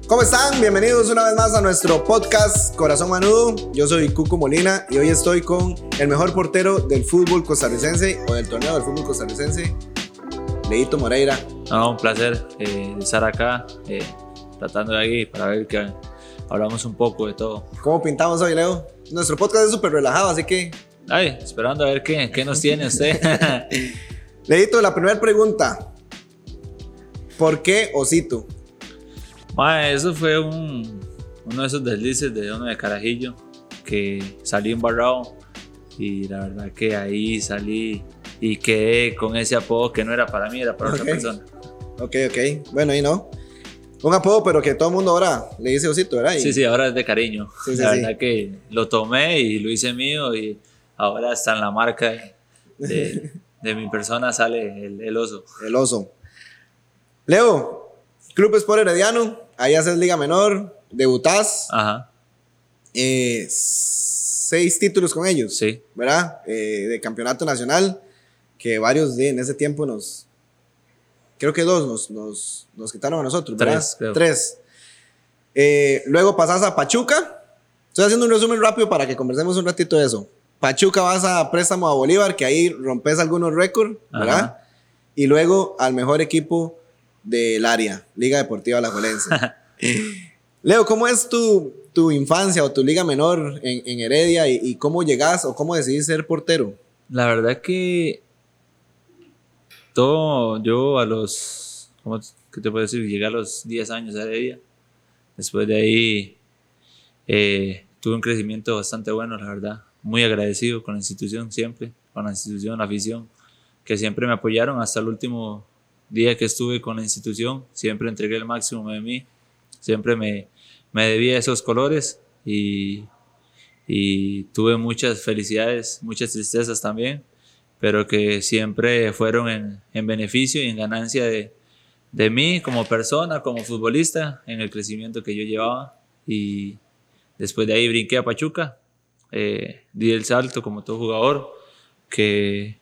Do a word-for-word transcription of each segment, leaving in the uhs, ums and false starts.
¿Cómo están? Bienvenidos una vez más a nuestro podcast Corazón Manudo. Yo soy Cuco Molina y hoy estoy con el mejor portero del fútbol costarricense o del torneo del fútbol costarricense, Leito Moreira. No, un placer eh, estar acá, eh, tratando de aquí para ver que hablamos un poco de todo. ¿Cómo pintamos hoy, Leo? Nuestro podcast es súper relajado, así que... Ay, esperando a ver qué, qué nos tiene usted. Leito, la primera pregunta. ¿Por qué Osito? Ma, eso fue un, uno de esos deslices de uno de carajillo que salí embarrado y la verdad que ahí salí y quedé con ese apodo que no era para mí, era para okay. otra persona. Ok, ok. Bueno, ahí no. Un apodo, pero que todo el mundo ahora le dice Osito, ¿verdad? Y... Sí, sí, ahora es de cariño. Sí, sí, la sí. verdad que lo tomé y lo hice mío y ahora está en la marca de, de mi persona, sale el, el oso. El oso. Leo, Club Sport Herediano, ahí haces Liga Menor, debutás. Ajá. Eh, seis títulos con ellos. Sí. ¿Verdad? Eh, de campeonato nacional, que varios de, en ese tiempo nos... Creo que dos nos, nos, nos quitaron a nosotros, ¿verdad? Tres, creo. Tres. Eh, luego pasás a Pachuca. Estoy haciendo un resumen rápido para que conversemos un ratito de eso. Pachuca vas a préstamo a Bolívar, que ahí rompes algunos récords, ¿verdad? Ajá. Y luego al mejor equipo del área, Liga Deportiva Alajuelense. Leo, ¿cómo es tu, tu infancia o tu liga menor en, en Heredia y, y cómo llegas o cómo decidís ser portero? La verdad que todo, yo a los, ¿cómo qué te puedo decir? Llegué a los diez años a Heredia. Después de ahí eh, tuve un crecimiento bastante bueno, la verdad. Muy agradecido con la institución siempre, con la institución, la afición, que siempre me apoyaron hasta el último día que estuve con la institución. Siempre entregué el máximo de mí, siempre me, me debía esos colores y, y tuve muchas felicidades, muchas tristezas también, pero que siempre fueron en, en beneficio y en ganancia de, de mí como persona, como futbolista, en el crecimiento que yo llevaba. Y después de ahí brinqué a Pachuca, eh, di el salto como todo jugador, que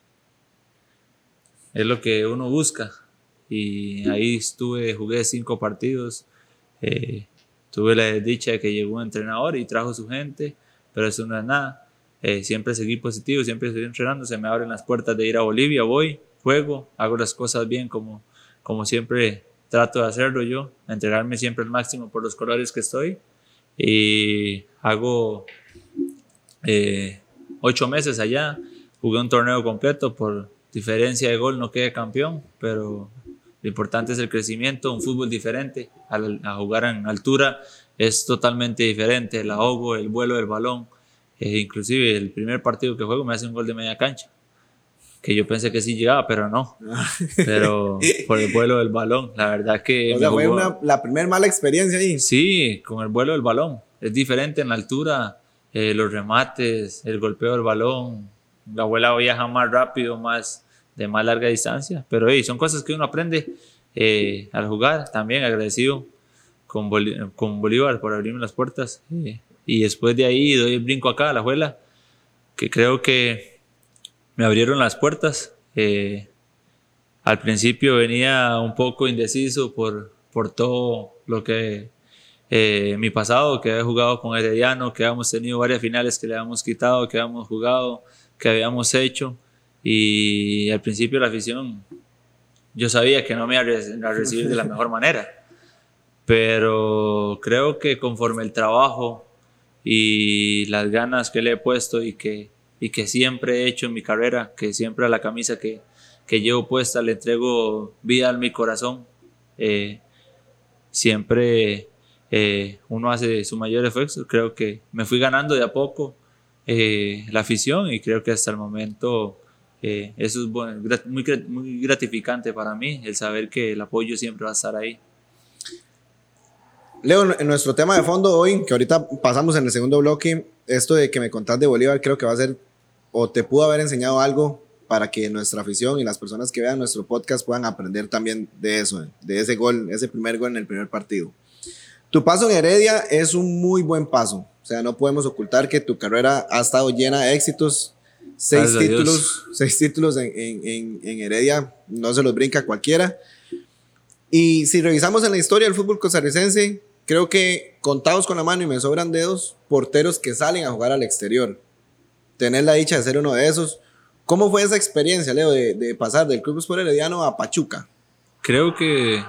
es lo que uno busca. Y ahí estuve, jugué cinco partidos, eh, tuve la desdicha de que llegó un entrenador y trajo su gente, pero eso no es nada. Eh, siempre seguí positivo, siempre seguí entrenando, se me abren las puertas de ir a Bolivia, voy, juego, hago las cosas bien como, como siempre trato de hacerlo yo, entregarme siempre el máximo por los colores que estoy, y hago eh, ocho meses allá, jugué un torneo completo, por diferencia de gol no quedé campeón, pero lo importante es el crecimiento, un fútbol diferente, a, a jugar en altura es totalmente diferente, el ahogo, el vuelo del balón, eh, inclusive el primer partido que juego me hace un gol de media cancha, que yo pensé que sí llegaba, pero no, pero por el vuelo del balón, la verdad que... O sea, fue jugó, una, la primera mala experiencia ahí. Sí, con el vuelo del balón, es diferente en la altura, eh, los remates, el golpeo del balón, la abuela viaja más rápido, más... de más larga distancia, pero hey, son cosas que uno aprende eh, al jugar. También agradecido con, Bolí- con Bolívar por abrirme las puertas, eh, y después de ahí doy el brinco acá a la Alajuela, que creo que me abrieron las puertas. Eh, al principio venía un poco indeciso por, por todo lo que eh, mi pasado, que había jugado con Herediano, que habíamos tenido varias finales que le habíamos quitado, que habíamos jugado, que habíamos hecho. Y al principio la afición, yo sabía que no me iba a recibir de la mejor manera, pero creo que conforme el trabajo y las ganas que le he puesto y que, y que siempre he hecho en mi carrera, que siempre a la camisa que, que llevo puesta le entrego vida a mi corazón, eh, siempre eh, uno hace su mayor esfuerzo. Creo que me fui ganando de a poco eh, la afición y creo que hasta el momento... Eh, eso es bueno, muy, muy gratificante para mí, el saber que el apoyo siempre va a estar ahí. Leo, en nuestro tema de fondo hoy, que ahorita pasamos en el segundo bloque, esto de que me contás de Bolívar, creo que va a ser, o te pudo haber enseñado algo para que nuestra afición y las personas que vean nuestro podcast puedan aprender también de eso, de ese gol, ese primer gol en el primer partido. Tu paso en Heredia es un muy buen paso, o sea, no podemos ocultar que tu carrera ha estado llena de éxitos. Seis Gracias títulos, seis títulos en, en, en, en Heredia, no se los brinca cualquiera. Y si revisamos en la historia del fútbol costarricense, creo que contados con la mano y me sobran dedos, porteros que salen a jugar al exterior. Tener la dicha de ser uno de esos. ¿Cómo fue esa experiencia, Leo, de, de pasar del Club Sport Herediano a Pachuca? Creo que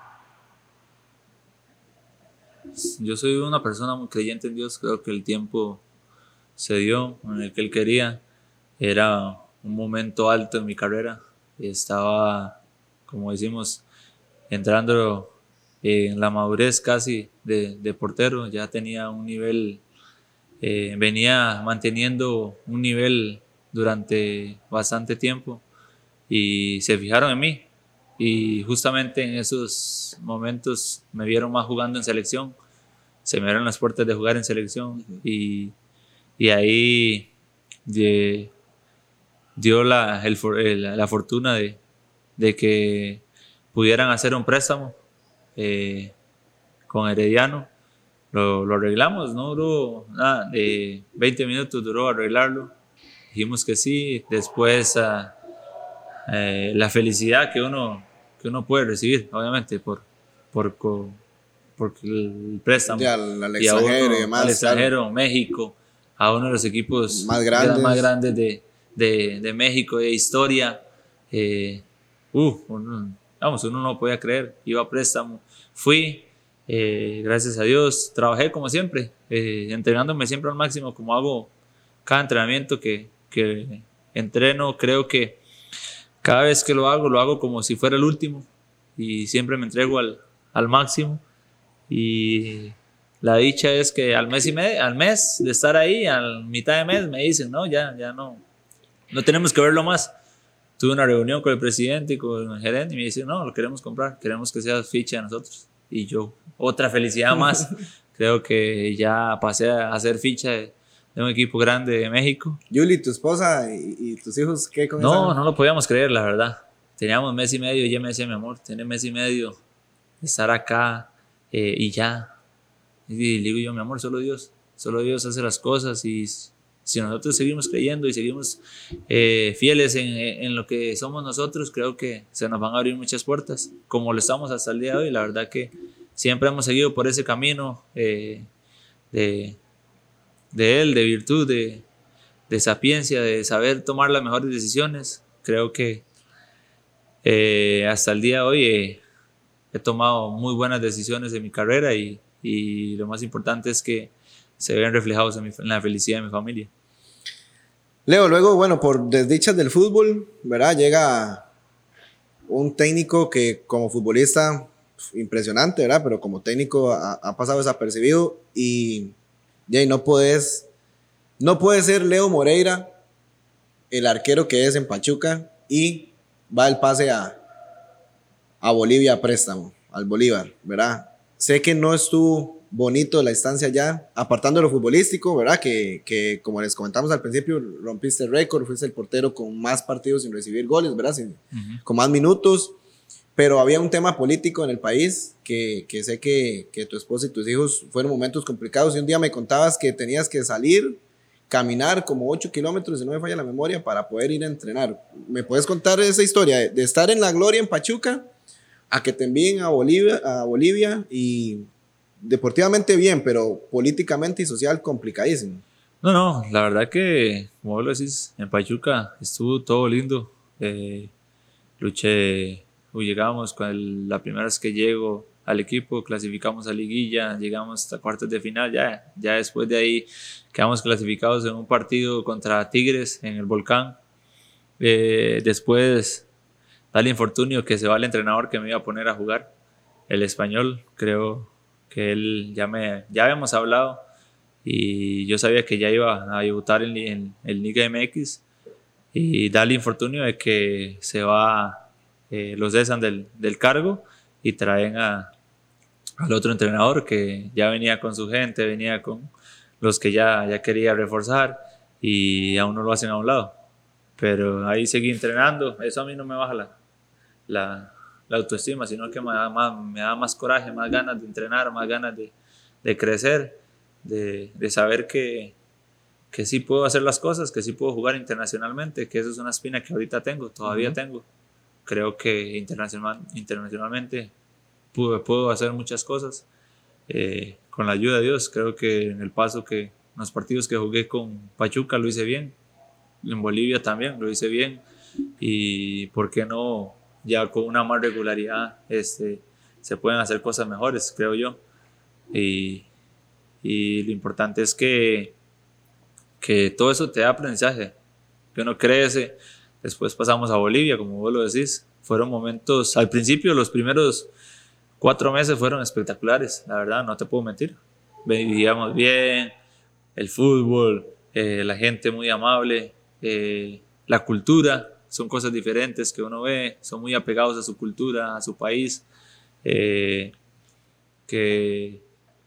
yo soy una persona muy creyente en Dios. Creo que el tiempo se dio en el que Él quería. Era un momento alto en mi carrera. Estaba, como decimos, entrando en la madurez casi de, de portero. Ya tenía un nivel, eh, venía manteniendo un nivel durante bastante tiempo y se fijaron en mí. Y justamente en esos momentos me vieron más jugando en selección. Se me abrieron las puertas de jugar en selección y, y ahí de, dio la, el, el, la fortuna de, de que pudieran hacer un préstamo eh, con Herediano. Lo, lo arreglamos, no duró nada, de veinte minutos duró arreglarlo. Dijimos que sí, después uh, eh, la felicidad que uno, que uno puede recibir, obviamente, por, por, por el préstamo. Ya, al, al y a extranjero uno, y demás. al extranjero, Claro. México, a uno de los equipos más grandes, más grandes de, de, de México, de historia. Eh, uh, uno, vamos, uno no podía creer, iba a préstamo. Fui, eh, gracias a Dios, trabajé como siempre, eh, entrenándome siempre al máximo, como hago cada entrenamiento que, que entreno. Creo que cada vez que lo hago, lo hago como si fuera el último y siempre me entrego al, al máximo. Y la dicha es que al mes y medio, al mes de estar ahí, a la mitad de mes, me dicen, no, ya, ya no, no tenemos que verlo más. Tuve una reunión con el presidente y con el gerente y me dicen, no, lo queremos comprar, queremos que seas ficha de nosotros. Y yo, otra felicidad más. Creo que ya pasé a ser ficha de, de un equipo grande de México. Yuli, tu esposa y, y tus hijos, ¿qué con No, esa? no lo podíamos creer, la verdad. Teníamos mes y medio y ella me decía, mi amor, tiene mes y medio de estar acá eh, y ya. Y le digo yo, mi amor, solo Dios, solo Dios hace las cosas y si nosotros seguimos creyendo y seguimos eh, fieles en, en lo que somos nosotros, creo que se nos van a abrir muchas puertas, como lo estamos hasta el día de hoy. La verdad que siempre hemos seguido por ese camino eh, de, de Él, de virtud, de, de sapiencia, de saber tomar las mejores decisiones. Creo que eh, hasta el día de hoy eh, he tomado muy buenas decisiones en mi carrera y y lo más importante es que se vean reflejados en, mi, en la felicidad de mi familia. Leo, luego, bueno, por desdichas del fútbol, ¿verdad? Llega un técnico que como futbolista, impresionante, ¿verdad? Pero como técnico ha, ha pasado desapercibido y, y no puedes, no puede ser Leo Moreira, el arquero que es en Pachuca, y va el pase a, a Bolivia a préstamo, al Bolívar, ¿verdad? Sé que no estuvo bonito la estancia ya, apartando lo futbolístico, ¿verdad? Que, que como les comentamos al principio, rompiste el récord, fuiste el portero con más partidos sin recibir goles, ¿verdad? Sin, uh-huh. Con más minutos, pero había un tema político en el país que, que sé que, que tu esposa y tus hijos fueron momentos complicados y un día me contabas que tenías que salir, caminar como ocho kilómetros, si no me falla la memoria, para poder ir a entrenar. ¿Me puedes contar esa historia de, de estar en la gloria en Pachuca a que te envíen a Bolivia, a Bolivia y deportivamente bien, pero políticamente y social complicadísimo? No, no, la verdad que, como vos lo decís, en Pachuca estuvo todo lindo. Eh, luché, uy, llegamos con el, la primera vez que llego al equipo, clasificamos a liguilla, llegamos hasta cuartos de final, ya, ya después de ahí quedamos clasificados en un partido contra Tigres en el Volcán. Eh, después tal infortunio que se va el entrenador que me iba a poner a jugar, el español. Creo que él ya me ya habíamos hablado y yo sabía que ya iba a debutar en, en el Liga M X y da el infortunio de que se va, eh, los cesan del, del cargo y traen a, al otro entrenador que ya venía con su gente, venía con los que ya, ya quería reforzar y a uno lo hacen a un lado. Pero ahí seguí entrenando, eso a mí no me baja la La, la autoestima, sino que me da, más, me da más coraje, más ganas de entrenar, más ganas de, de crecer, de, de saber que, que sí puedo hacer las cosas, que sí puedo jugar internacionalmente, que eso es una espina que ahorita tengo, todavía uh-huh. tengo. Creo que internacional, internacionalmente puedo, puedo hacer muchas cosas eh, con la ayuda de Dios. Creo que en el paso que, en los partidos que jugué con Pachuca lo hice bien, en Bolivia también lo hice bien, y por qué no, ya con una más regularidad este, se pueden hacer cosas mejores, creo yo. Y, y lo importante es que, que todo eso te da aprendizaje, que uno crece. Después pasamos a Bolivia, como vos lo decís. Fueron momentos, al principio, los primeros cuatro meses fueron espectaculares, la verdad, no te puedo mentir. Vivíamos bien, el fútbol, eh, la gente muy amable, eh, la cultura, son cosas diferentes que uno ve, son muy apegados a su cultura, a su país, eh, que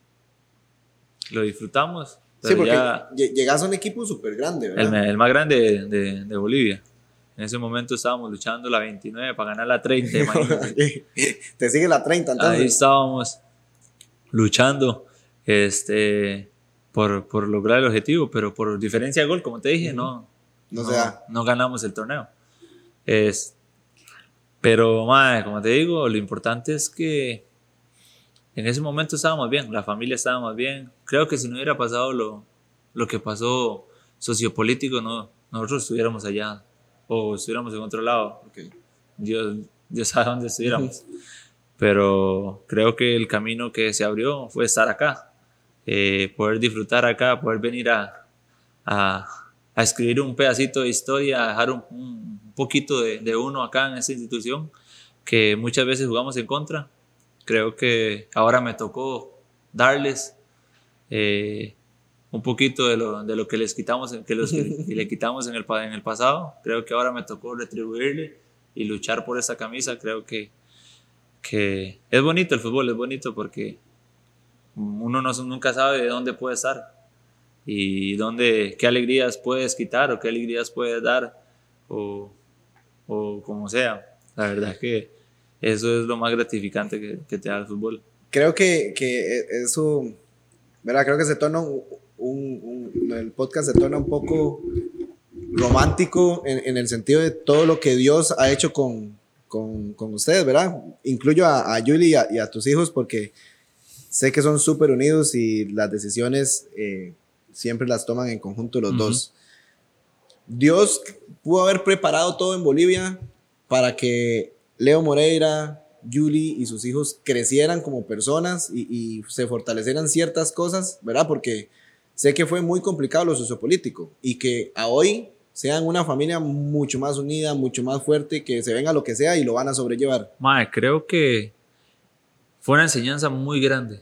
lo disfrutamos. Sí, porque ya, llegas a un equipo súper grande, ¿verdad? El, el más grande de, de, de Bolivia. En ese momento estábamos luchando la veintinueve para ganar la treinta, imagínate. Te sigue la treinta, entonces. Ahí estábamos luchando este, por, por lograr el objetivo, pero por diferencia de gol, como te dije, uh-huh. no, no, no, sea. no ganamos el torneo. Es, pero, madre, como te digo, lo importante es que en ese momento estábamos bien, la familia estábamos bien. Creo que si no hubiera pasado lo, lo que pasó sociopolítico, no, nosotros estuviéramos allá o estuviéramos en otro lado. Okay. Dios, Dios sabe dónde estuviéramos. Pero creo que el camino que se abrió fue estar acá, eh, poder disfrutar acá, poder venir a, a, a escribir un pedacito de historia, a dejar un, un poquito de, de uno acá en esta institución que muchas veces jugamos en contra. Creo que ahora me tocó darles eh, un poquito de lo, de lo que les quitamos, que los que le quitamos en el, en el pasado. Creo que ahora me tocó retribuirle y luchar por esa camisa. Creo que, que es bonito el fútbol, es bonito porque uno no, nunca sabe de dónde puede estar y dónde, qué alegrías puedes quitar o qué alegrías puedes dar o, o como sea. La verdad es que eso es lo más gratificante que, que te da el fútbol. Creo que, que eso, ¿verdad? Creo que se torna un, un, un, el podcast se torna un poco romántico en, en el sentido de todo lo que Dios ha hecho con, con, con ustedes, ¿verdad? Incluyo a, a Julie y a, y a tus hijos porque sé que son súper unidos y las decisiones eh, siempre las toman en conjunto los uh-huh. dos. Dios pudo haber preparado todo en Bolivia para que Leo Moreira, Julie y sus hijos crecieran como personas y, y se fortalecieran ciertas cosas, ¿verdad? Porque sé que fue muy complicado lo sociopolítico y que a hoy sean una familia mucho más unida, mucho más fuerte, que se venga lo que sea y lo van a sobrellevar. Mae, creo que fue una enseñanza muy grande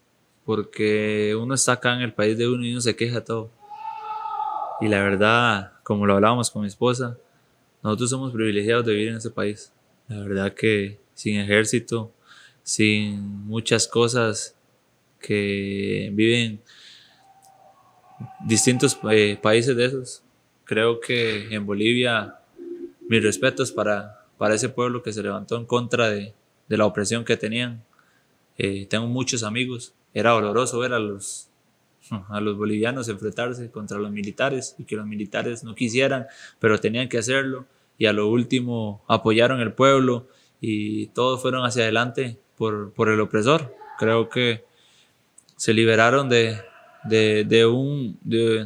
porque uno está acá en el país de uno y uno se queja todo. Y la verdad, como lo hablábamos con mi esposa, nosotros somos privilegiados de vivir en ese país. La verdad que sin ejército, sin muchas cosas que viven distintos eh, países de esos. Creo que en Bolivia, mis respetos para, para ese pueblo que se levantó en contra de, de la opresión que tenían. Eh, tengo muchos amigos. Era doloroso ver a los, a los bolivianos enfrentarse contra los militares y que los militares no quisieran, pero tenían que hacerlo. Y a lo último apoyaron el pueblo y todos fueron hacia adelante por, por el opresor. Creo que se liberaron de, de, de, un, de,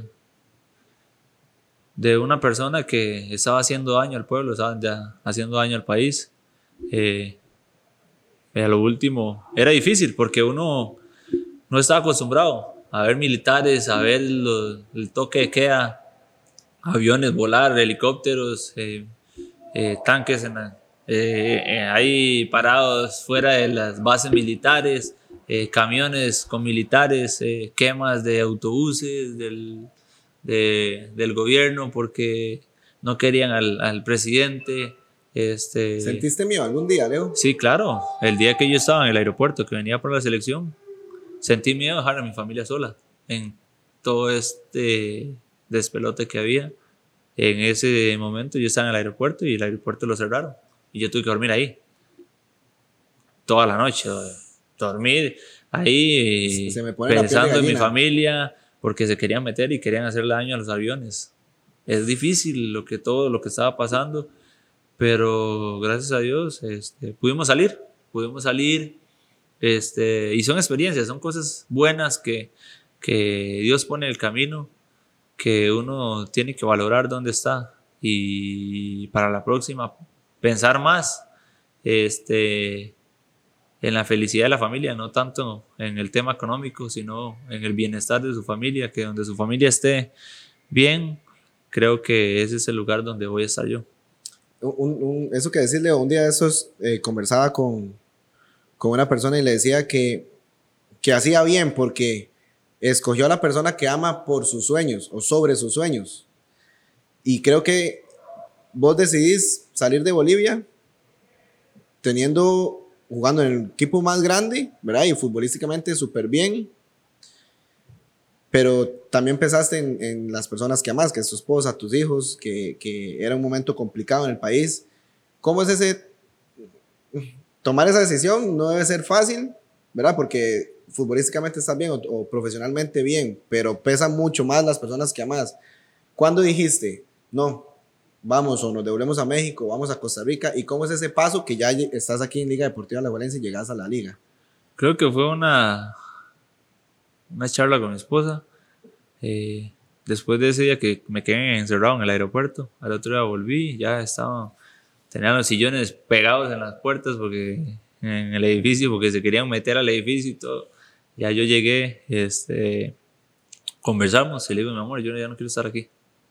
de una persona que estaba haciendo daño al pueblo, estaba ya haciendo daño al país. Eh, y a lo último era difícil porque uno no estaba acostumbrado a ver militares, a ver lo, el toque de queda, aviones volar, helicópteros, eh, Eh, tanques en la, eh, eh, ahí parados fuera de las bases militares, eh, camiones con militares, eh, quemas de autobuses del, de, del gobierno porque no querían al, al presidente. Este, ¿Sentiste miedo algún día, Leo? Sí, claro. El día que yo estaba en el aeropuerto, que venía por la selección, sentí miedo de dejar a mi familia sola en todo este despelote que había. En ese momento yo estaba en el aeropuerto y el aeropuerto lo cerraron y yo tuve que dormir ahí toda la noche, dormir ahí se me pone pensando en mi familia porque se querían meter y querían hacerle daño a los aviones. Es difícil lo que todo lo que estaba pasando, pero gracias a Dios este, pudimos salir, pudimos salir Este, y son experiencias, son cosas buenas que, que Dios pone en el camino, que uno tiene que valorar dónde está y para la próxima pensar más este, en la felicidad de la familia, no tanto en el tema económico, sino en el bienestar de su familia, que donde su familia esté bien, creo que ese es el lugar donde voy a estar yo. Un, un, eso que decirle, un día de esos eh, conversaba con, con una persona y le decía que, que hacía bien porque escogió a la persona que ama por sus sueños o sobre sus sueños. Y creo que vos decidís salir de Bolivia teniendo, jugando en el equipo más grande, ¿verdad? Y futbolísticamente súper bien. Pero también pensaste en, en las personas que amas, que es tu esposa, tus hijos, que, que era un momento complicado en el país. ¿Cómo es ese? Tomar esa decisión no debe ser fácil, ¿verdad? Porque futbolísticamente estás bien o, o profesionalmente bien, pero pesan mucho más las personas que amas. ¿Cuándo dijiste, no, vamos o nos devolvemos a México, vamos a Costa Rica? ¿Y cómo es ese paso que ya estás aquí en Liga Deportiva Alajuelense y llegas a la liga? Creo que fue una... una charla con mi esposa. Eh, después de ese día que me quedé encerrado en el aeropuerto, al otro día volví, ya estaba, tenían los sillones pegados en las puertas porque en el edificio, porque se querían meter al edificio y todo. Ya yo llegué, este, conversamos y le digo, mi amor, yo ya no quiero estar aquí.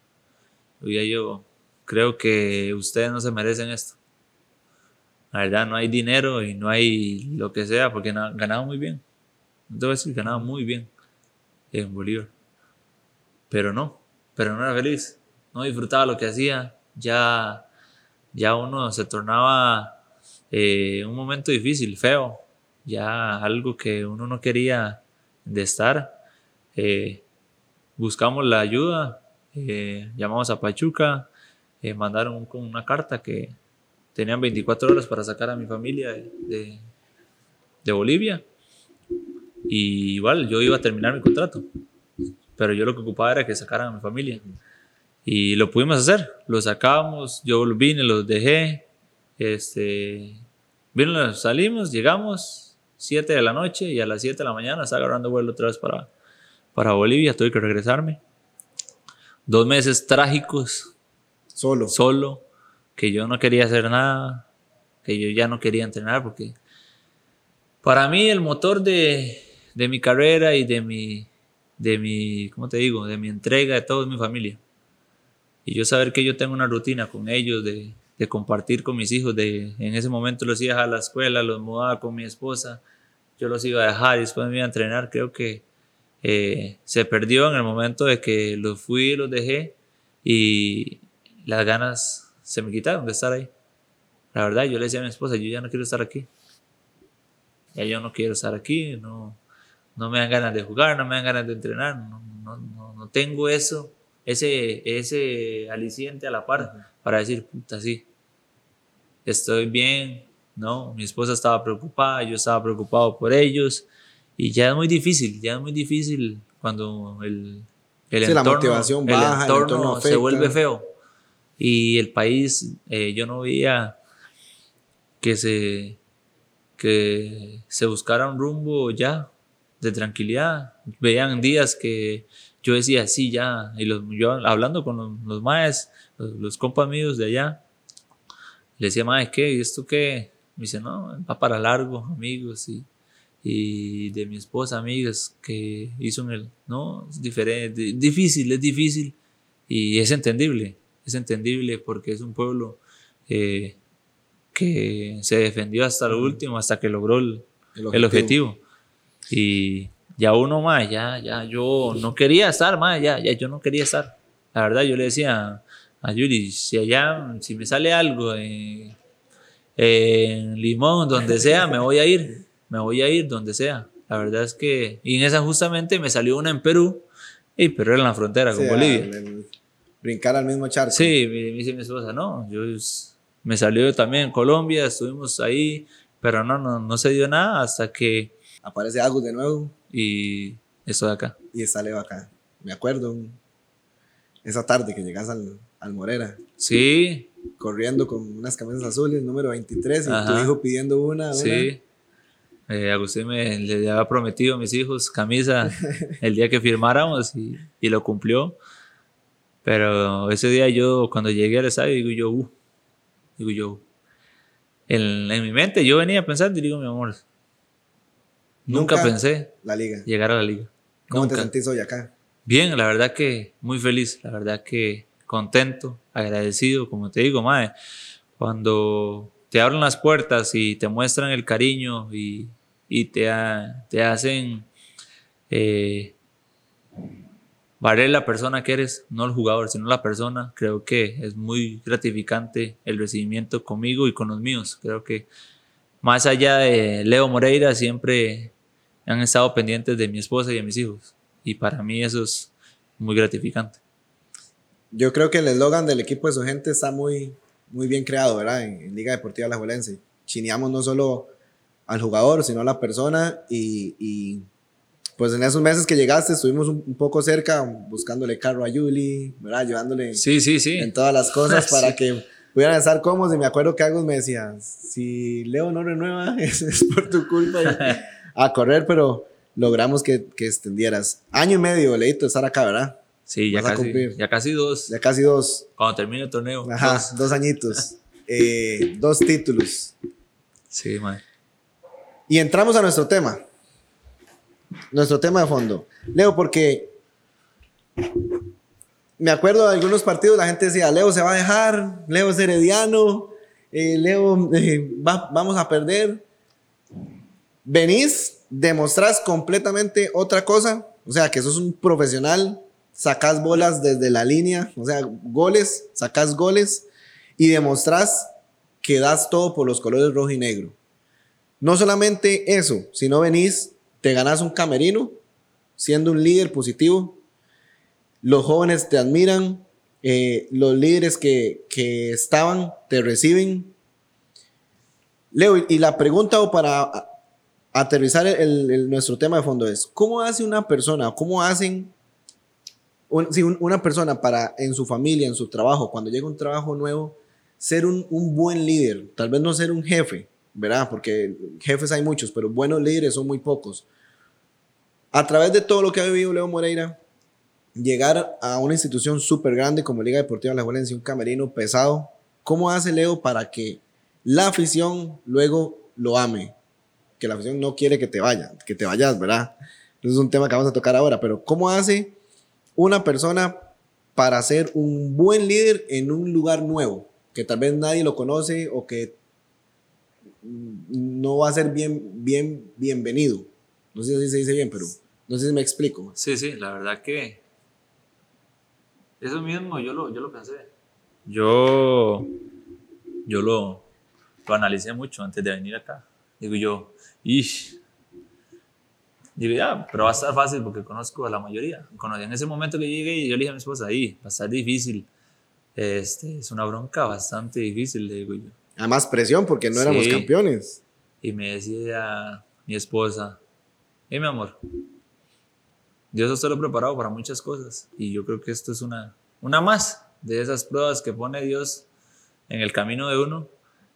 Y ya yo creo que ustedes no se merecen esto. La verdad, no hay dinero y no hay lo que sea, porque ganaba muy bien. No te voy a decir, ganaba muy bien en Bolívar. Pero no, pero no era feliz. No disfrutaba lo que hacía. Ya, ya uno se tornaba eh, un momento difícil, feo. Ya algo que uno no quería de estar. Eh, buscamos la ayuda. Eh, llamamos a Pachuca. Eh, mandaron con una carta que tenían veinticuatro horas para sacar a mi familia de, de, de Bolivia. Y igual yo iba a terminar mi contrato, pero yo lo que ocupaba era que sacaran a mi familia y lo pudimos hacer, lo sacamos, yo vine, los dejé, este, vino, salimos, llegamos siete de la noche y a las siete de la mañana estaba agarrando vuelo otra vez para, para Bolivia, tuve que regresarme, dos meses trágicos, solo, solo, que yo no quería hacer nada, que yo ya no quería entrenar porque para mí el motor de de mi carrera y de mi, de mi, ¿cómo te digo? De mi entrega, de todo es mi familia. Y yo saber que yo tengo una rutina con ellos, de, de compartir con mis hijos, de en ese momento los iba a la escuela, los mudaba con mi esposa, yo los iba a dejar y después me iba a entrenar, creo que eh, se perdió en el momento de que los fui y los dejé y las ganas se me quitaron de estar ahí. La verdad, yo le decía a mi esposa, yo ya no quiero estar aquí. Ya yo no quiero estar aquí, no... No me dan ganas de jugar, no me dan ganas de entrenar, no, no, no, no tengo eso, ese, ese aliciente a la par uh-huh. para decir, puta, sí, estoy bien, ¿no? Mi esposa estaba preocupada, yo estaba preocupado por ellos y ya es muy difícil, ya es muy difícil cuando el, el sí, entorno, la motivación baja, el entorno, el entorno se vuelve feo y el país, eh, yo no veía que se, que se buscara un rumbo ya de tranquilidad. Veían días que yo decía, sí, ya, y los, yo hablando con los, los maes, los, los compas míos de allá, le decía, mae, ¿qué? ¿Y esto qué? Me dice, no, va para largo, amigos, y, y de mi esposa, amigas, que hizo en el, no, es diferente, difícil, es difícil, y es entendible, es entendible porque es un pueblo eh, que se defendió hasta lo último, hasta que logró el, el objetivo. El objetivo. Y ya uno más, ya, ya yo no quería estar más, ya, ya yo no quería estar. La verdad, yo le decía a Yuri, si allá, si me sale algo en, en Limón, donde sea, me voy a ir, me voy a ir donde sea. La verdad es que, y en esa justamente me salió una en Perú, y Perú era en la frontera sí, con Bolivia. El, el brincar al mismo charco. Sí, me, me dice mi esposa, no, yo me salió también en Colombia, estuvimos ahí, pero no, no, no se dio nada hasta que aparece Agus de nuevo. Y estoy acá. Y está Leo acá. Me acuerdo esa tarde que llegas al, al Morera. Sí. Corriendo con unas camisas azules, número veintitrés, y ajá. Tu hijo pidiendo una. una. Sí. Eh, Agustín me le había prometido a mis hijos camisa el día que firmáramos y, y lo cumplió. Pero ese día yo, cuando llegué al estadio, digo yo, uh, digo yo, en, en mi mente yo venía pensando y digo, mi amor, nunca, nunca pensé la liga. llegar a la liga. ¿Cómo Nunca. te sentís hoy acá? Bien, la verdad que muy feliz, la verdad que contento, agradecido, como te digo, mae, cuando te abren las puertas y te muestran el cariño y, y te, a, te hacen eh, valer la persona que eres, no el jugador, sino la persona, creo que es muy gratificante el recibimiento conmigo y con los míos. Creo que más allá de Leo Moreira, siempre han estado pendientes de mi esposa y de mis hijos. Y para mí eso es muy gratificante. Yo creo que el eslogan del equipo de su gente está muy, muy bien creado, ¿verdad? En, en Liga Deportiva Alajuelense. Chineamos no solo al jugador, sino a la persona. Y, y pues en esos meses que llegaste, estuvimos un, un poco cerca buscándole carro a Yuli, ¿verdad? Ayudándole sí, sí, sí. en todas las cosas para sí. que pudieran estar cómodos. Y me acuerdo que Agus me decía, si Leo no renueva, es, es por tu culpa. Y a correr, pero logramos que, que extendieras. Año y medio, Leito, de estar acá, ¿verdad? Sí, ya casi, ya casi dos. Ya casi dos. Cuando termine el torneo. Ajá, dos, dos añitos. eh, dos títulos. Sí, man. Y entramos a nuestro tema. Nuestro tema de fondo. Leo, porque me acuerdo de algunos partidos, la gente decía, Leo se va a dejar, Leo es herediano, eh, Leo eh, va, vamos a perder. Venís, demostrás completamente otra cosa, o sea, que sos un profesional, sacás bolas desde la línea, o sea, goles, sacás goles y demostrás que das todo por los colores rojo y negro. No solamente eso, sino venís, te ganás un camerino, siendo un líder positivo, los jóvenes te admiran, eh, los líderes que, que estaban te reciben. Leo, y la pregunta para aterrizar el, el, nuestro tema de fondo es, ¿cómo hace una persona, cómo hacen un, sí, un, una persona para en su familia, en su trabajo, cuando llega un trabajo nuevo, ser un, un buen líder? Tal vez no ser un jefe, ¿verdad? Porque jefes hay muchos, pero buenos líderes son muy pocos. A través de todo lo que ha vivido Leo Moreira, llegar a una institución súper grande como Liga Deportiva Alajuelense, un camerino pesado, ¿cómo hace Leo para que la afición luego lo ame? Que la afición no quiere que te vaya, que te vayas, ¿verdad? Eso es un tema que vamos a tocar ahora, pero ¿cómo hace una persona para ser un buen líder en un lugar nuevo, que tal vez nadie lo conoce o que no va a ser bien, bien, bienvenido? No sé si se dice bien, pero no sé si me explico. Sí, sí, la verdad que eso mismo yo lo, yo lo pensé. Yo, yo lo, lo analicé mucho antes de venir acá. Digo yo, ish. Digo, ya, pero va a estar fácil porque conozco a la mayoría. En ese momento que llegué, yo le dije a mi esposa, ahí, va a estar difícil. Este, es una bronca bastante difícil, le digo yo. Además presión porque no sí. éramos campeones. Y me decía mi esposa, hey, mi amor, Dios está lo preparado para muchas cosas. Y yo creo que esto es una, una más de esas pruebas que pone Dios en el camino de uno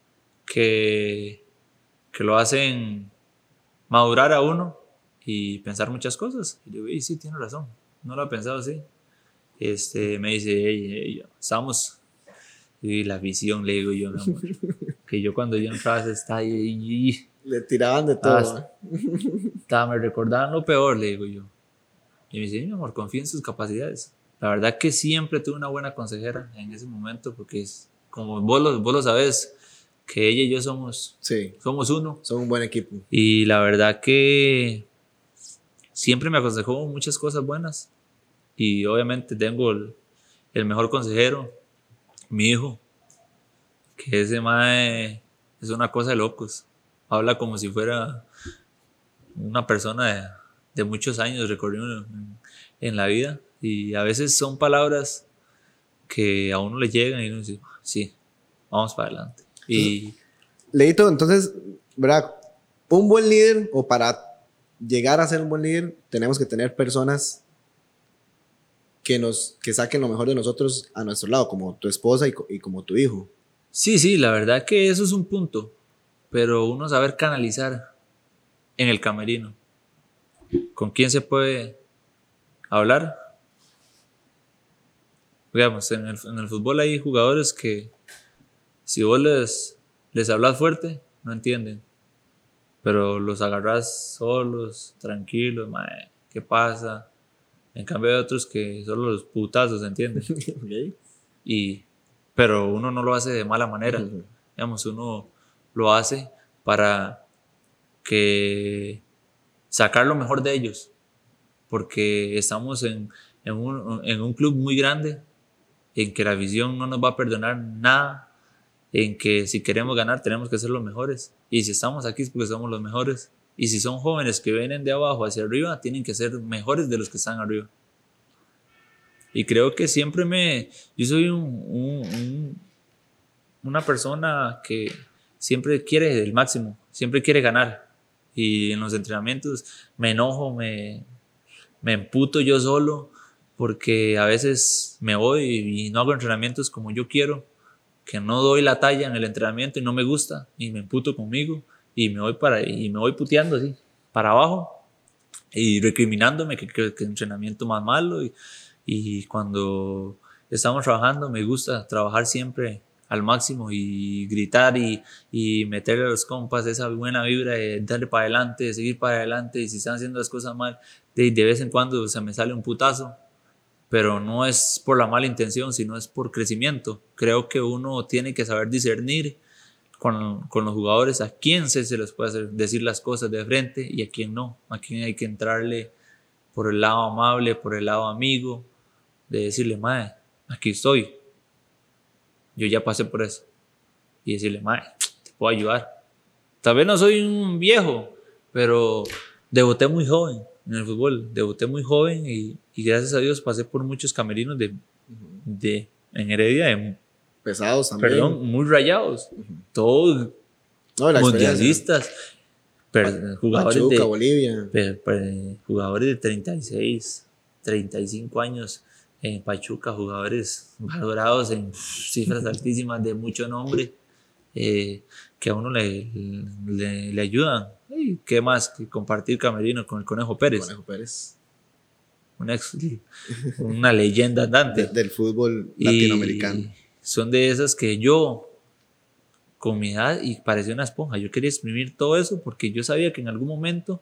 que, que lo hacen madurar a uno y pensar muchas cosas. Y yo digo, sí, tiene razón, no lo he pensado así. Este, me dice, hey, hey, estamos, y la visión, le digo yo, mi amor, que yo cuando yo entraba estaba ahí, le tiraban de todo. Estaba, estaba, me recordaban lo peor, le digo yo. Y me dice, mi amor, confía en sus capacidades. La verdad que siempre tuve una buena consejera en ese momento, porque es, como vos lo, vos lo sabés, que ella y yo somos, sí. somos uno. Son un buen equipo. Y la verdad que siempre me aconsejó muchas cosas buenas. Y obviamente tengo el, el mejor consejero, mi hijo, que ese mae es una cosa de locos. Habla como si fuera una persona de, de muchos años recorrido en, en la vida. Y a veces son palabras que a uno le llegan y uno dice, sí, vamos para adelante. Y Leito, entonces, ¿verdad? Un buen líder, o para llegar a ser un buen líder, tenemos que tener personas que nos que saquen lo mejor de nosotros a nuestro lado, como tu esposa y, y como tu hijo. Sí, sí, la verdad que eso es un punto, pero uno saber canalizar en el camerino. ¿Con quién se puede hablar? Digamos, en el, en el fútbol hay jugadores que si vos les, les hablas fuerte, no entienden. Pero los agarras solos, tranquilos, mae, ¿qué pasa? En cambio hay otros que solo los putazos, ¿entienden? Okay. Y, pero uno no lo hace de mala manera. Uh-huh. Digamos, uno lo hace para que sacar lo mejor de ellos. Porque estamos en, en, un, en un club muy grande, en que la afición no nos va a perdonar nada, en que si queremos ganar tenemos que ser los mejores. Y si estamos aquí es porque somos los mejores. Y si son jóvenes que vienen de abajo hacia arriba, tienen que ser mejores de los que están arriba. Y creo que siempre me... Yo soy un, un, un, una persona que siempre quiere el máximo, siempre quiere ganar. Y en los entrenamientos me enojo, me, me emputo yo solo, porque a veces me voy y no hago entrenamientos como yo quiero, que no doy la talla en el entrenamiento y no me gusta, y me emputo conmigo, y me voy, para, y me voy puteando así, para abajo, y recriminándome que, que, que entrenamiento más malo. Y, y cuando estamos trabajando, me gusta trabajar siempre al máximo y gritar y, y meterle a los compas esa buena vibra de darle para adelante, de seguir para adelante. Y si están haciendo las cosas mal, de, de vez en cuando se me sale un putazo, pero no es por la mala intención, sino es por crecimiento. Creo que uno tiene que saber discernir con, con los jugadores a quién se, se les puede hacer, decir las cosas de frente y a quién no, a quién hay que entrarle por el lado amable, por el lado amigo, de decirle, mae, aquí estoy, yo ya pasé por eso, y decirle, mae, te puedo ayudar. Tal vez no soy un viejo, pero debuté muy joven en el fútbol, debuté muy joven y, y gracias a Dios pasé por muchos camerinos de, de, en Heredia, de, pesados también. Perdón, muy rayados, uh-huh. Todos no, mundialistas, per, jugadores, Pachuca, de, Bolivia. Per, per, jugadores de treinta y seis, treinta y cinco años en Pachuca, jugadores valorados en cifras altísimas de mucho nombre, eh, que a uno le, le, le ayudan. ¿Y qué más que compartir camerino con el Conejo Pérez? Conejo Pérez. Una, ex, una leyenda andante. De, del fútbol latinoamericano. Y son de esas que yo, con mi edad, y parecía una esponja, yo quería exprimir todo eso porque yo sabía que en algún momento,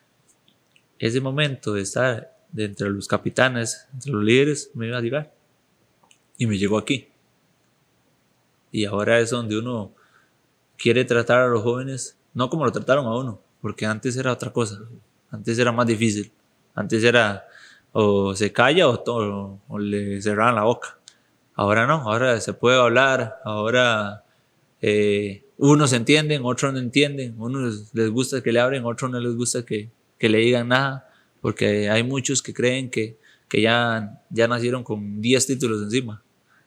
ese momento de estar de entre los capitanes, entre los líderes, me iba a llegar. Y me llegó aquí. Y ahora es donde uno quiere tratar a los jóvenes, no como lo trataron a uno, porque antes era otra cosa. Antes era más difícil. Antes era o se calla o, todo, o le cerraban la boca. Ahora no, ahora se puede hablar, ahora eh, unos entienden, otros no entienden, unos les gusta que le abren, otros no les gusta que, que le digan nada, porque hay muchos que creen que, que ya, ya nacieron con diez títulos encima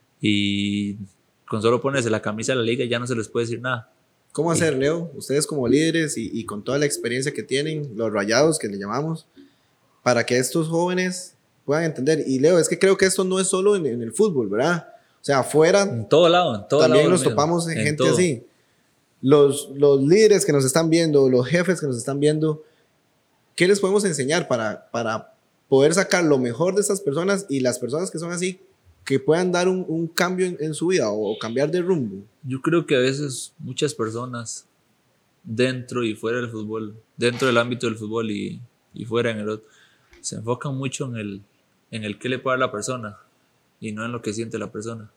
y con solo ponerse la camisa de la liga ya no se les puede decir nada. ¿Cómo hacer, Leo? Ustedes como líderes y, y con toda la experiencia que tienen, los rayados que le llamamos, para que estos jóvenes puedan entender. Y Leo, es que creo que esto no es solo en, en el fútbol, ¿verdad? O sea, afuera en todo lado, en todo también lado nos mismo, topamos en, en gente todo. así. Los, los líderes que nos están viendo, los jefes que nos están viendo, ¿qué les podemos enseñar para, para poder sacar lo mejor de estas personas y las personas que son así, que puedan dar un, un cambio en, en su vida o, o cambiar de rumbo? Yo creo que a veces muchas personas dentro y fuera del fútbol, dentro del ámbito del fútbol y, y fuera en el otro, se enfocan mucho en el, en el qué le puede dar la persona y no en lo que siente la persona.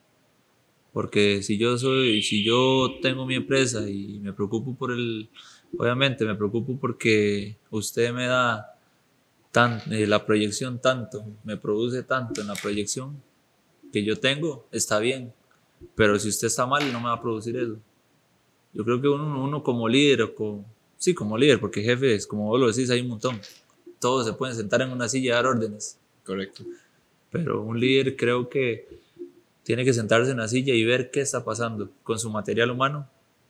Porque si yo soy, si yo tengo mi empresa y me preocupo por el, obviamente me preocupo porque usted me da tan, eh, la proyección tanto, me produce tanto en la proyección que yo tengo, está bien. Pero si usted está mal, no me va a producir eso. Yo creo que uno, uno como líder, o como, sí, como líder, porque jefes, como vos lo decís, hay un montón. Todos se pueden sentar en una silla y dar órdenes. Correcto. Pero un líder creo que tiene que sentarse en la silla y ver qué está pasando con su material humano.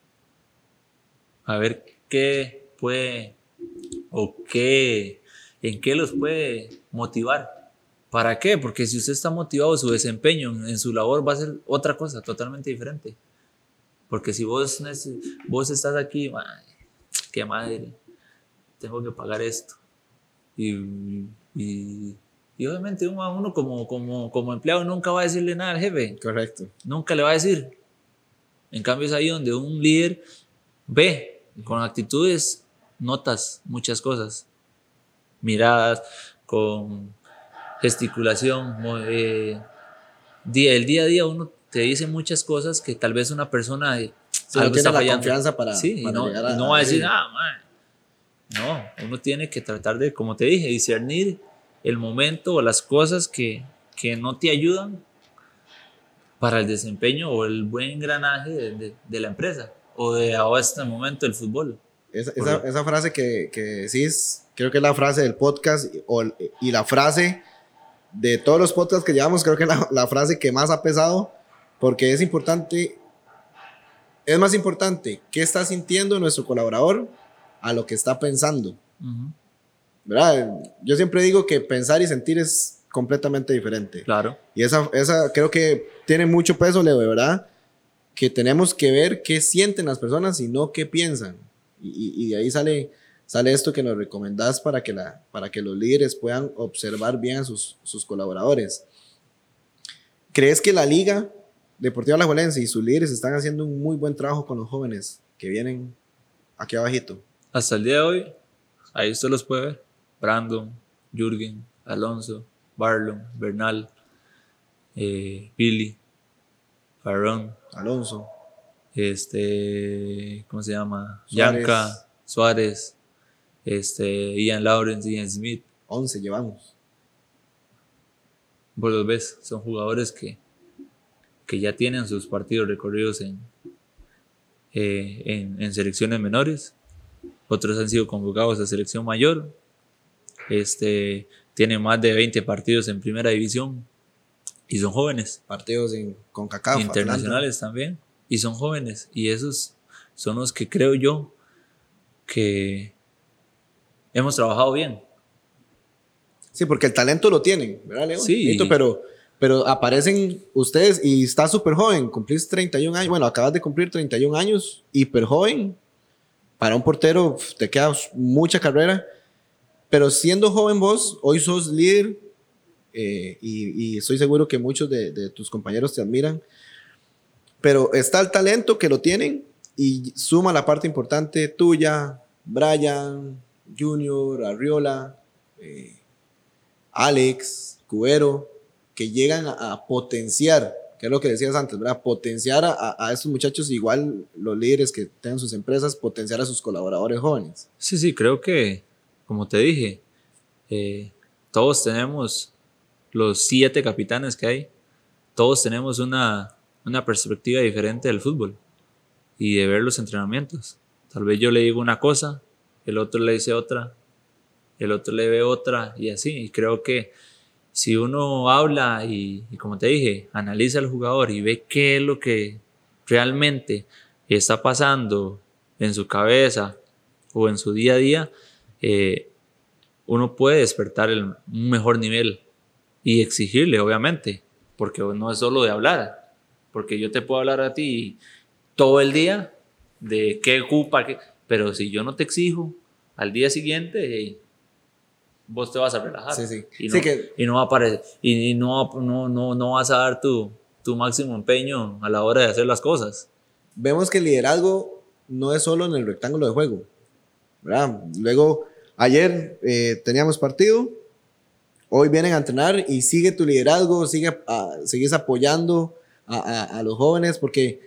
A ver qué puede, o qué, en qué los puede motivar. ¿Para qué? Porque si usted está motivado, su desempeño en, en su labor va a ser otra cosa totalmente diferente. Porque si vos, vos estás aquí, ay, qué madre, tengo que pagar esto. Y, y, y obviamente uno, uno como, como, como empleado nunca va a decirle nada al jefe. Correcto. Nunca le va a decir. En cambio es ahí donde un líder ve, con actitudes, notas muchas cosas. Miradas, con gesticulación, eh, día, el día a día uno te dice muchas cosas que tal vez una persona sí, algo no está tiene la confianza para, sí, para y no, llegar a, y no va a decir, ah, man. No, uno tiene que tratar de, como te dije, discernir el momento o las cosas que, que no te ayudan para el desempeño o el buen engranaje de, de, de la empresa o de ahora este momento del fútbol. Esa, esa, esa frase que, que decís, creo que es la frase del podcast o, y la frase de todos los podcasts que llevamos, creo que es la, la frase que más ha pesado, porque es importante, es más importante qué está sintiendo nuestro colaborador a lo que está pensando. Uh-huh. ¿Verdad? Yo siempre digo que pensar y sentir es completamente diferente. Claro. Y esa, esa creo que tiene mucho peso, Leo, de verdad, que tenemos que ver qué sienten las personas y no qué piensan. Y, y de ahí sale, sale esto que nos recomendás para que, la, para que los líderes puedan observar bien a sus, sus colaboradores. ¿Crees que la Liga Deportiva Alajuelense y sus líderes están haciendo un muy buen trabajo con los jóvenes que vienen aquí abajito? Hasta el día de hoy, ahí usted los puede ver. Brandon, Jürgen, Alonso, Barlon, Bernal, eh, Billy, Farrón, Alonso, este, ¿cómo se llama? Yanka, Suárez, este, Ian Lawrence, Ian Smith. once llevamos. Vos los ves, son jugadores que, que ya tienen sus partidos recorridos en, eh, en, en selecciones menores. Otros han sido convocados a selección mayor. Este, tienen más de veinte partidos en primera división y son jóvenes. Partidos en CONCACAF, internacionales Atlanta. También. Y son jóvenes. Y esos son los que creo yo que hemos trabajado bien. Sí, porque el talento lo tienen, ¿verdad, Leo? Sí. Pero, pero aparecen ustedes y está súper joven. Cumplís treinta y un años. Bueno, acabas de cumplir treinta y un años. Hiper joven. Para un portero te queda mucha carrera, pero siendo joven vos, hoy sos líder eh, y, y estoy seguro que muchos de, de tus compañeros te admiran, pero está el talento que lo tienen y suma la parte importante tuya, Brian, Junior, Arriola, eh, Alex, Cubero, que llegan a, a potenciar, que es lo que decías antes, ¿verdad? Potenciar a, a estos muchachos, igual los líderes que tengan sus empresas, potenciar a sus colaboradores jóvenes. Sí, sí, creo que, como te dije, eh, todos tenemos los siete capitanes que hay, todos tenemos una, una perspectiva diferente del fútbol y de ver los entrenamientos. Tal vez yo le digo una cosa, el otro le dice otra, el otro le ve otra y así. Y creo que si uno habla y, y como te dije, analiza al jugador y ve qué es lo que realmente está pasando en su cabeza o en su día a día, eh, uno puede despertar el, un mejor nivel y exigirle, obviamente, porque no es solo de hablar, porque yo te puedo hablar a ti todo el día de qué ocupa, qué, pero si yo no te exijo, al día siguiente... Hey, vos te vas a relajar. Sí, sí. Y no, sí que... y no va a aparecer, y no, no, no, no vas a dar tu, tu máximo empeño a la hora de hacer las cosas. Vemos que el liderazgo no es solo en el rectángulo de juego, ¿verdad? Luego, ayer eh, teníamos partido, hoy vienen a entrenar y sigue tu liderazgo, sigue a, sigues apoyando a, a, a los jóvenes, porque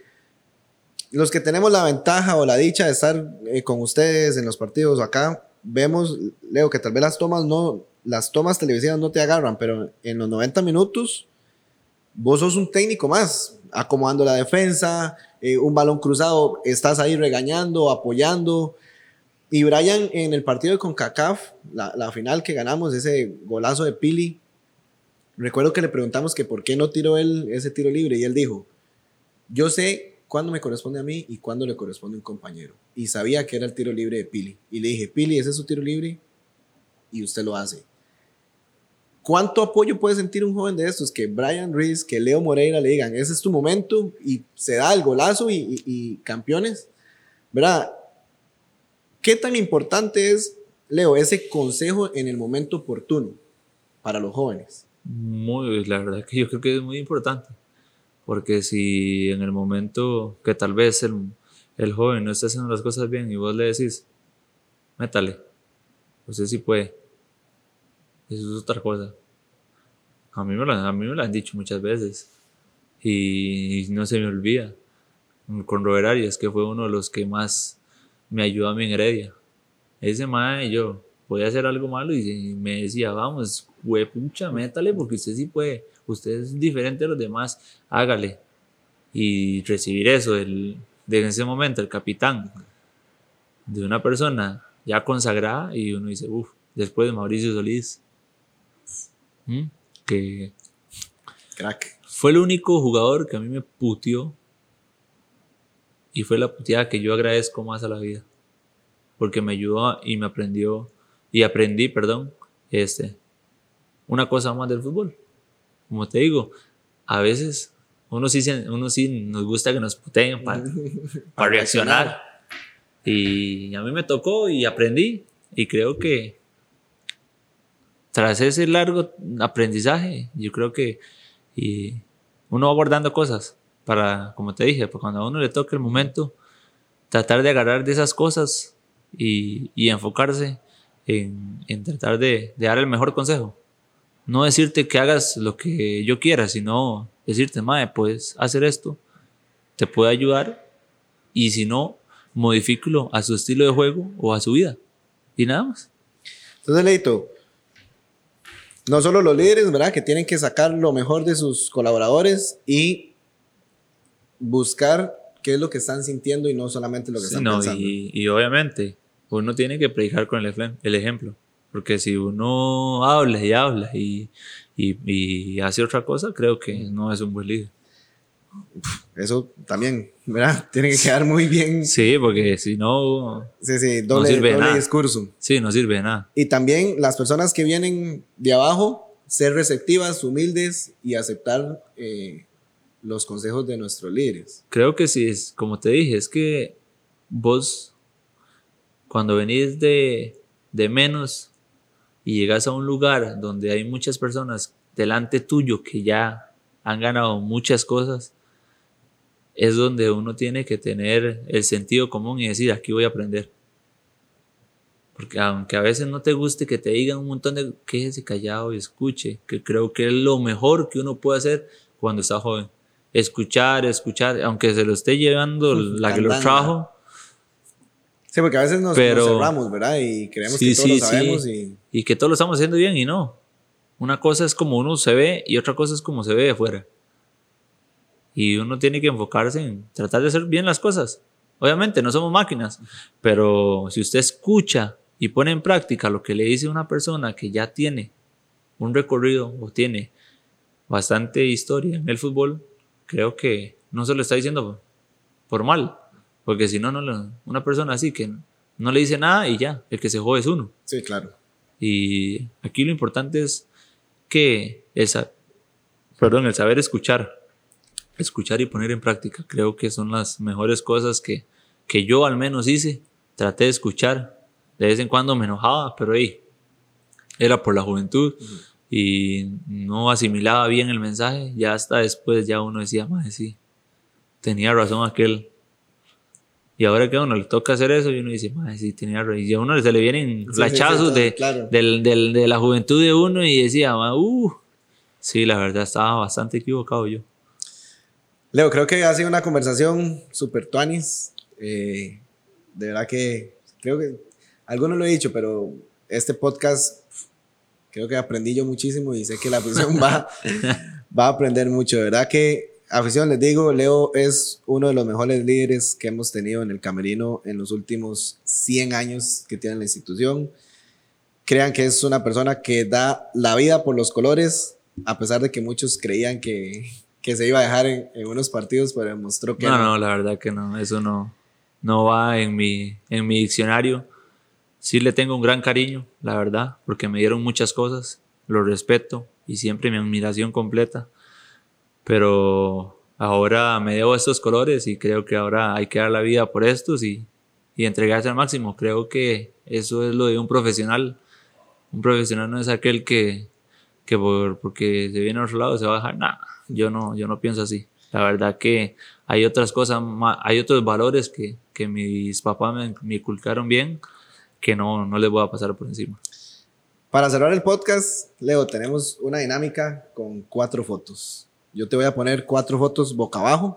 los que tenemos la ventaja o la dicha de estar eh, con ustedes en los partidos acá, vemos, Leo, que tal vez las tomas no, las tomas televisivas no te agarran, pero en los noventa minutos vos sos un técnico más, acomodando la defensa, eh, un balón cruzado, estás ahí regañando, apoyando. Y Brian en el partido de CONCACAF, la, la final que ganamos, ese golazo de Pili, recuerdo que le preguntamos que por qué no tiró él ese tiro libre y él dijo, yo sé cuándo me corresponde a mí y cuándo le corresponde a un compañero. Y sabía que era el tiro libre de Pili. Y le dije, Pili, ese es su tiro libre y usted lo hace. ¿Cuánto apoyo puede sentir un joven de estos? Que Brian Ruiz, que Leo Moreira le digan, ese es tu momento y se da el golazo y, y, y campeones. ¿Verdad? ¿Qué tan importante es Leo, ese consejo en el momento oportuno para los jóvenes? Muy, la verdad que yo creo que es muy importante, porque si en el momento que tal vez el, el joven no está haciendo las cosas bien y vos le decís, métale, usted sí puede, eso es otra cosa. A mí me lo, a mí me lo han dicho muchas veces y no se me olvida. Con Robert Arias, que fue uno de los que más me ayudó a mí en Heredia. Ese mae, yo podía hacer algo malo y me decía, vamos, huepucha, métale porque usted sí puede, usted es diferente a los demás, hágale. Y recibir eso del, de en ese momento, el capitán, de una persona ya consagrada, y uno dice, uff, después de Mauricio Solís, ¿Mm? que Crack. Fue el único jugador que a mí me puteó y fue la puteada que yo agradezco más a la vida, porque me ayudó y me aprendió y aprendí, perdón, este, una cosa más del fútbol. Como te digo, a veces uno sí, uno sí nos gusta que nos puteen para, para reaccionar. Y a mí me tocó y aprendí, y creo que tras ese largo aprendizaje, yo creo que y uno va guardando cosas para, como te dije, pues cuando a uno le toque el momento, tratar de agarrar de esas cosas y, y enfocarse en, en tratar de, de dar el mejor consejo. No decirte que hagas lo que yo quiera, sino decirte, mae, puedes hacer esto, te puede ayudar, y si no, modifícalo a su estilo de juego o a su vida. Y nada más. Entonces, Leito, no solo los líderes, ¿verdad?, que tienen que sacar lo mejor de sus colaboradores y buscar qué es lo que están sintiendo y no solamente lo que Sí, están no, pensando. Y, y obviamente uno tiene que predicar con el, el ejemplo, porque si uno habla y habla y, y, y hace otra cosa, creo que no es un buen líder. Eso también, ¿verdad? Tiene que quedar muy bien. Sí, porque si no... Sí, sí, doble, no sirve de doble nada. discurso. Sí, no sirve de nada. Y también las personas que vienen de abajo, ser receptivas, humildes y aceptar eh, los consejos de nuestros líderes. Creo que sí, es, como te dije, es que vos, cuando venís de, de menos y llegas a un lugar donde hay muchas personas delante tuyo que ya han ganado muchas cosas, es donde uno tiene que tener el sentido común y decir, aquí voy a aprender. Porque aunque a veces no te guste que te digan un montón de, quédese callado y escuche, que creo que es lo mejor que uno puede hacer cuando está joven. Escuchar, escuchar, aunque se lo esté llevando la que lo trajo. Sí, porque a veces nos, pero, nos cerramos, ¿verdad? Y creemos sí, que todos sí, lo sabemos. Sí. Y... y que todos lo estamos haciendo bien, y no. Una cosa es como uno se ve y otra cosa es como se ve de fuera. Y uno tiene que enfocarse en tratar de hacer bien las cosas. Obviamente no somos máquinas, pero si usted escucha y pone en práctica lo que le dice una persona que ya tiene un recorrido o tiene bastante historia en el fútbol, creo que no se lo está diciendo por mal, porque si no, no una persona así que no le dice nada y ya, el que se jode es uno. Sí, claro. Y aquí lo importante es que esa, perdón, el saber escuchar, escuchar y poner en práctica, creo que son las mejores cosas que, que yo al menos hice. Traté de escuchar, de vez en cuando me enojaba, pero ahí era por la juventud. Uh-huh. Y no asimilaba bien el mensaje. Ya hasta después ya uno decía, madre, sí, tenía razón aquel. Y ahora que a uno le toca hacer eso, y uno dice, madre, sí, tenía razón. Y a uno se le vienen sí, flachazos sí, sí, de, claro. del, del, de la juventud de uno, y decía, uh, sí, la verdad estaba bastante equivocado yo. Leo, creo que ha sido una conversación súper tuanis. Eh, de verdad que creo que algunos lo he dicho, pero este podcast creo que aprendí yo muchísimo y sé que la afición va, va a aprender mucho. De verdad que, afición, les digo, Leo es uno de los mejores líderes que hemos tenido en el camerino en los últimos cien años que tiene la institución. Crean que es una persona que da la vida por los colores, a pesar de que muchos creían que, que se iba a dejar en, en unos partidos, pero demostró que no. No, no, la verdad que no, eso no, no va en mi, en mi diccionario. Sí le tengo un gran cariño, la verdad, porque me dieron muchas cosas, lo respeto y siempre mi admiración completa, pero ahora me debo estos colores y creo que ahora hay que dar la vida por estos y, y entregarse al máximo. Creo que eso es lo de un profesional. Un profesional no es aquel que, que por, porque se viene a otro lado se va a dejar. Nada, yo no, yo no pienso así. La verdad que hay otras cosas, hay otros valores que, que mis papás me, me inculcaron bien, que no, no les voy a pasar por encima. Para cerrar el podcast, Leo, tenemos una dinámica con cuatro fotos. Yo te voy a poner cuatro fotos boca abajo.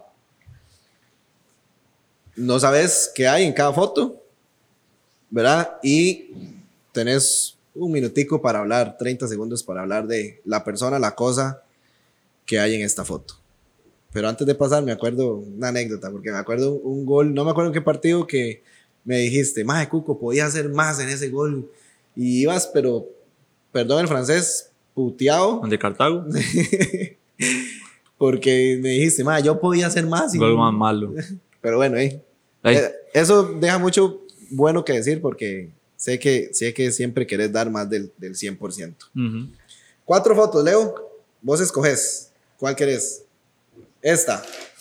No sabes qué hay en cada foto, ¿verdad? Y tenés un minutico para hablar, treinta segundos para hablar de la persona, la cosa que hay en esta foto. Pero antes de pasar, me acuerdo una anécdota, porque me acuerdo un gol, no me acuerdo en qué partido, que me dijiste, maje Cuco, podía hacer más en ese gol. Y ibas, pero, perdón el francés, puteado. ¿De Cartago? Porque me dijiste, maje, yo podía hacer más. Y gol más malo. Pero bueno, eh, eh, eso deja mucho bueno que decir, porque sé que, sé que siempre querés dar más del, del cien por ciento. Uh-huh. Cuatro fotos, Leo, vos escoges. ¿Cuál querés? Esta.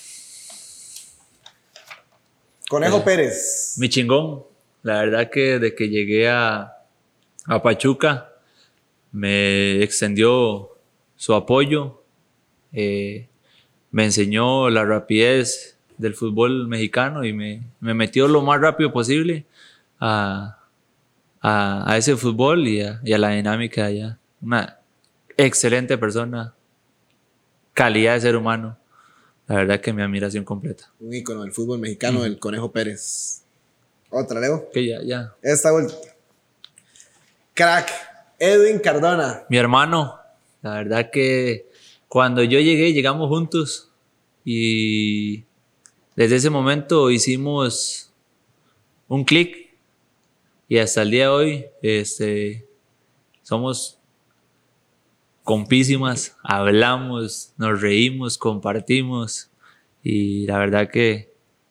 Conejo eh, Pérez. Mi chingón. La verdad que desde que llegué a, a Pachuca me extendió su apoyo. Eh, me enseñó la rapidez del fútbol mexicano y me, me metió lo más rápido posible a, a, a ese fútbol y a, y a la dinámica de allá. Una excelente persona. Calidad de ser humano. La verdad que mi admiración completa. Un ícono del fútbol mexicano, mm. el Conejo Pérez. Otra, Leo. Que ya, ya. Esta última. Crack. Edwin Cardona. Mi hermano. La verdad que cuando yo llegué, llegamos juntos. Y desde ese momento hicimos un clic. Y hasta el día de hoy, este, somos compísimas, hablamos, nos reímos, compartimos y la verdad que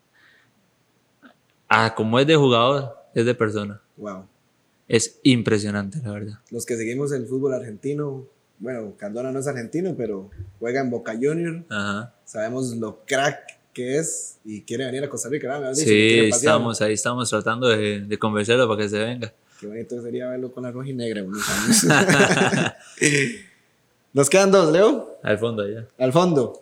ah, como es de jugador, es de persona. Wow. Es impresionante, la verdad. Los que seguimos el fútbol argentino, bueno, Cardona no es argentino, pero juega en Boca Junior. Ajá. Sabemos lo crack que es y quiere venir a Costa Rica, ¿no? ¿Me has dicho? Sí, estamos ahí, estamos tratando de, de convencerlo para que se venga. Qué bonito sería verlo con la roja y negra unos años. Nos quedan dos, Leo. Al fondo, allá. Al fondo.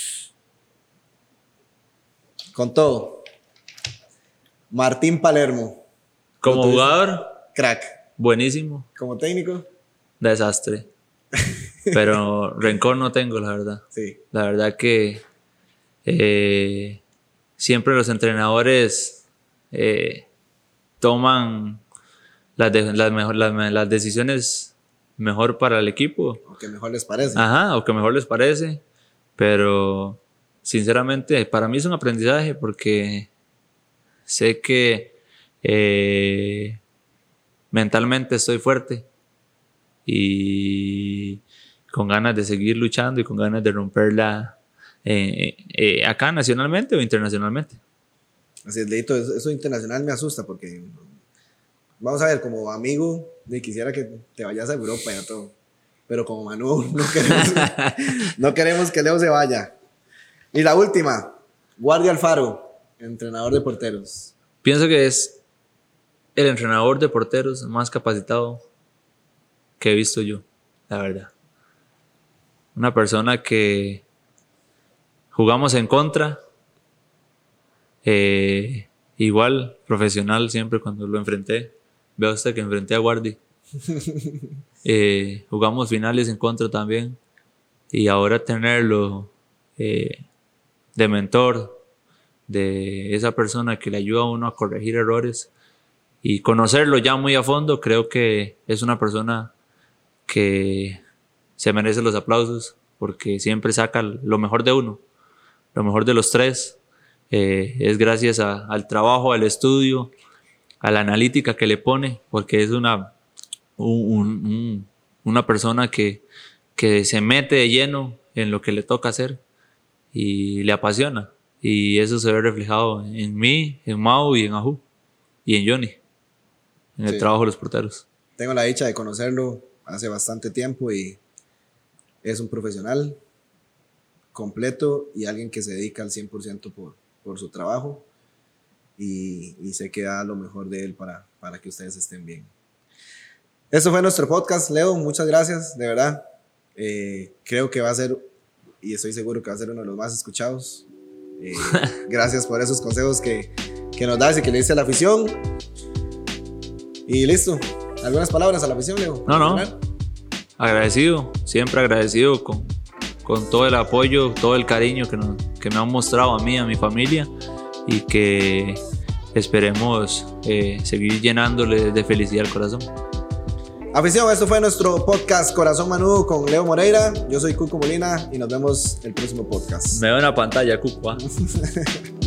Con todo. Martín Palermo. Como jugador. Crack. Buenísimo. Como técnico. Desastre. Pero rencor no tengo, la verdad. Sí. La verdad que eh, siempre los entrenadores eh, toman las, de, las, mejor, las, las decisiones mejor para el equipo. O que mejor les parece. Ajá, o que mejor les parece. Pero, sinceramente, para mí es un aprendizaje porque sé que eh, mentalmente estoy fuerte y con ganas de seguir luchando y con ganas de romperla eh, eh, acá nacionalmente o internacionalmente. Así es, Leito, eso, eso internacional me asusta porque... Vamos a ver, como amigo, ni quisiera que te vayas a Europa y a todo. Pero como Manu, no queremos, no queremos que Leo se vaya. Y la última, Guardia Alfaro, entrenador de porteros. Pienso que es el entrenador de porteros más capacitado que he visto yo, la verdad. Una persona que jugamos en contra, eh, igual profesional siempre cuando lo enfrenté. Veo hasta que enfrenté a Guardi. Eh, jugamos finales en contra también. Y ahora tenerlo eh, de mentor, de esa persona que le ayuda a uno a corregir errores y conocerlo ya muy a fondo, creo que es una persona que se merece los aplausos porque siempre saca lo mejor de uno, lo mejor de los tres. Eh, es gracias a, al trabajo, al estudio, a la analítica que le pone, porque es una, un, un, una persona que, que se mete de lleno en lo que le toca hacer y le apasiona. Y eso se ve reflejado en mí, en Mau y en Ajú y en Johnny, en el sí. trabajo de los porteros. Tengo la dicha de conocerlo hace bastante tiempo y es un profesional completo y alguien que se dedica al cien por ciento por, por su trabajo. y, y sé que da lo mejor de él para, para que ustedes estén bien. Eso fue nuestro podcast, Leo, muchas gracias, de verdad. Eh, creo que va a ser, y estoy seguro que va a ser uno de los más escuchados. Eh, gracias por esos consejos que, que nos das y que le diste a la afición. Y listo. ¿Algunas palabras a la afición, Leo? No, no. Agradecido, siempre agradecido con, con todo el apoyo, todo el cariño que, nos, que me han mostrado a mí, a mi familia, y que esperemos eh, seguir llenándole de felicidad el corazón. Afición, esto fue nuestro podcast Corazón Manudo con Leo Moreira. Yo soy Cuco Molina y nos vemos el próximo podcast. Me veo en la pantalla, Cuco. ¿eh?